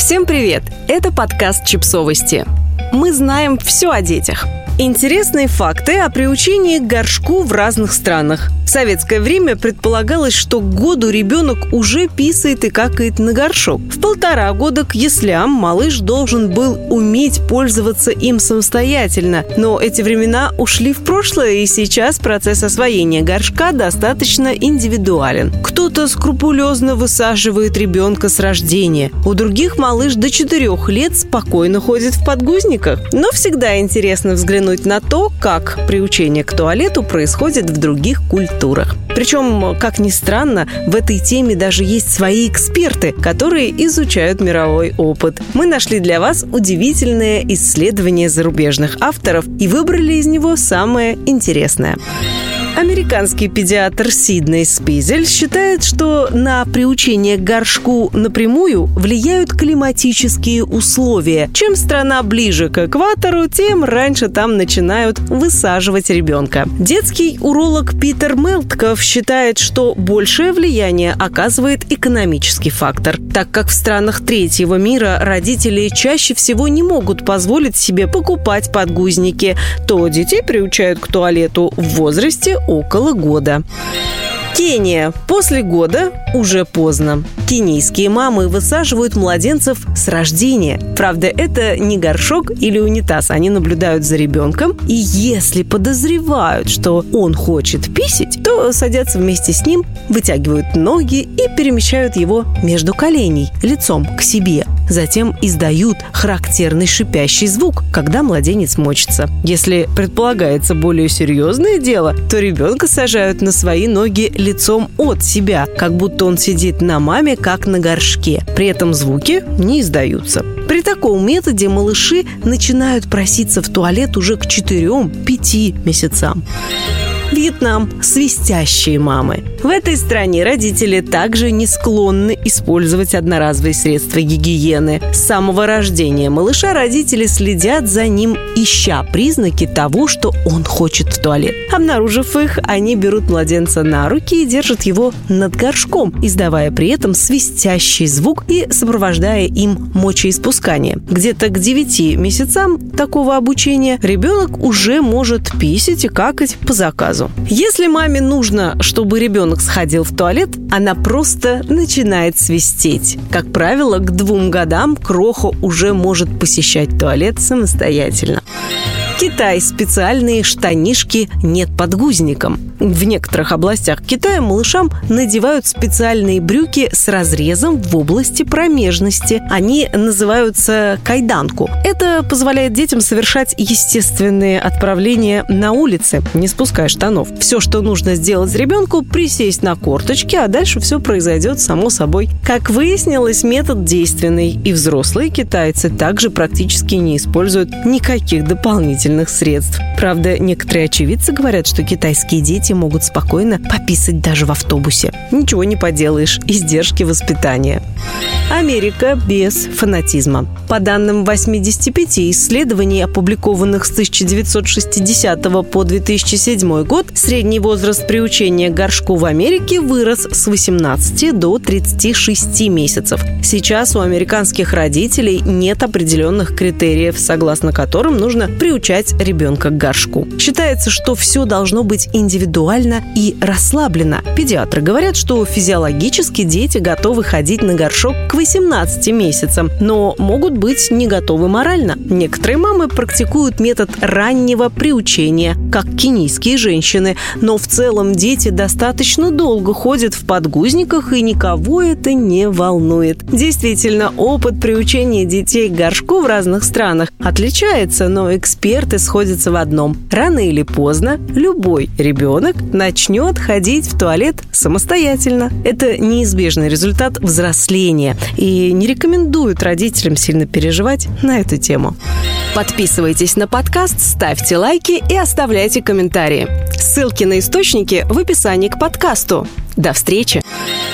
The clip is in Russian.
Всем привет! Это подкаст «Чипсовости». Мы знаем все о детях. Интересные факты о приучении к горшку в разных странах. В советское время предполагалось, что к году ребенок уже писает и какает на горшок. В 1,5 года к яслям малыш должен был уметь пользоваться им самостоятельно. Но эти времена ушли в прошлое, и сейчас процесс освоения горшка достаточно индивидуален. Кто-то скрупулезно высаживает ребенка с рождения. У других малыш до 4 лет спокойно ходит в подгузниках. Но всегда интересно взглянуть на то, как приучение к туалету происходит в других культурах. Причем, как ни странно, в этой теме даже есть свои эксперты, которые изучают мировой опыт. Мы нашли для вас удивительное исследование зарубежных авторов и выбрали из него самое интересное. Американский педиатр Сидней Спизель считает, что на приучение к горшку напрямую влияют климатические условия. Чем страна ближе к экватору, тем раньше там начинают высаживать ребенка. Детский уролог Питер Мелтков считает, что большее влияние оказывает экономический фактор. Так как в странах третьего мира родители чаще всего не могут позволить себе покупать подгузники, то детей приучают к туалету в возрасте около года. Кения. После года уже поздно. Кенийские мамы высаживают младенцев с рождения. Правда, это не горшок или унитаз. Они наблюдают за ребенком, и если подозревают, что он хочет писать, то садятся вместе с ним, вытягивают ноги и перемещают его между коленей, лицом к себе. Затем издают характерный шипящий звук, когда младенец мочится. Если предполагается более серьезное дело, то ребенка сажают на свои ноги лицом от себя, как будто он сидит на маме, как на горшке. При этом звуки не издаются. При таком методе малыши начинают проситься в туалет уже к 4-5 месяцам. Вьетнам. Свистящие мамы. В этой стране родители также не склонны использовать одноразовые средства гигиены. С самого рождения малыша родители следят за ним, ища признаки того, что он хочет в туалет. Обнаружив их, они берут младенца на руки и держат его над горшком, издавая при этом свистящий звук и сопровождая им мочеиспускание. Где-то к 9 месяцам такого обучения ребенок уже может писать и какать по заказу. Если маме нужно, чтобы ребенок сходил в туалет, она просто начинает свистеть. Как правило, к 2 годам кроха уже может посещать туалет самостоятельно. Китай. Специальные штанишки нет подгузником. В некоторых областях Китая малышам надевают специальные брюки с разрезом в области промежности. Они называются кайданку. Это позволяет детям совершать естественные отправления на улице, не спуская штанов. Все, что нужно сделать ребенку, присесть на корточки, а дальше все произойдет само собой. Как выяснилось, метод действенный, и взрослые китайцы также практически не используют никаких дополнительных средств. Правда, некоторые очевидцы говорят, что китайские дети могут спокойно пописать даже в автобусе. Ничего не поделаешь, издержки воспитания. Америка без фанатизма. По данным 85 исследований, опубликованных с 1960 по 2007 год, средний возраст приучения к горшку в Америке вырос с 18 до 36 месяцев. Сейчас у американских родителей нет определенных критериев, согласно которым нужно приучать ребенка к горшку. Считается, что все должно быть индивидуально и расслаблено. Педиатры говорят, что физиологически дети готовы ходить на горшок к 18 месяцам, но могут быть не готовы морально. Некоторые мамы практикуют метод раннего приучения, как кенийские женщины, но в целом дети достаточно долго ходят в подгузниках, и никого это не волнует. Действительно, опыт приучения детей к горшку в разных странах отличается, но эксперты сходятся в одном. Рано или поздно любой ребенок начнет ходить в туалет самостоятельно. Это неизбежный результат взросления, и не рекомендуют родителям сильно переживать на эту тему. Подписывайтесь на подкаст, ставьте лайки и оставляйте комментарии. Ссылки на источники в описании к подкасту. До встречи!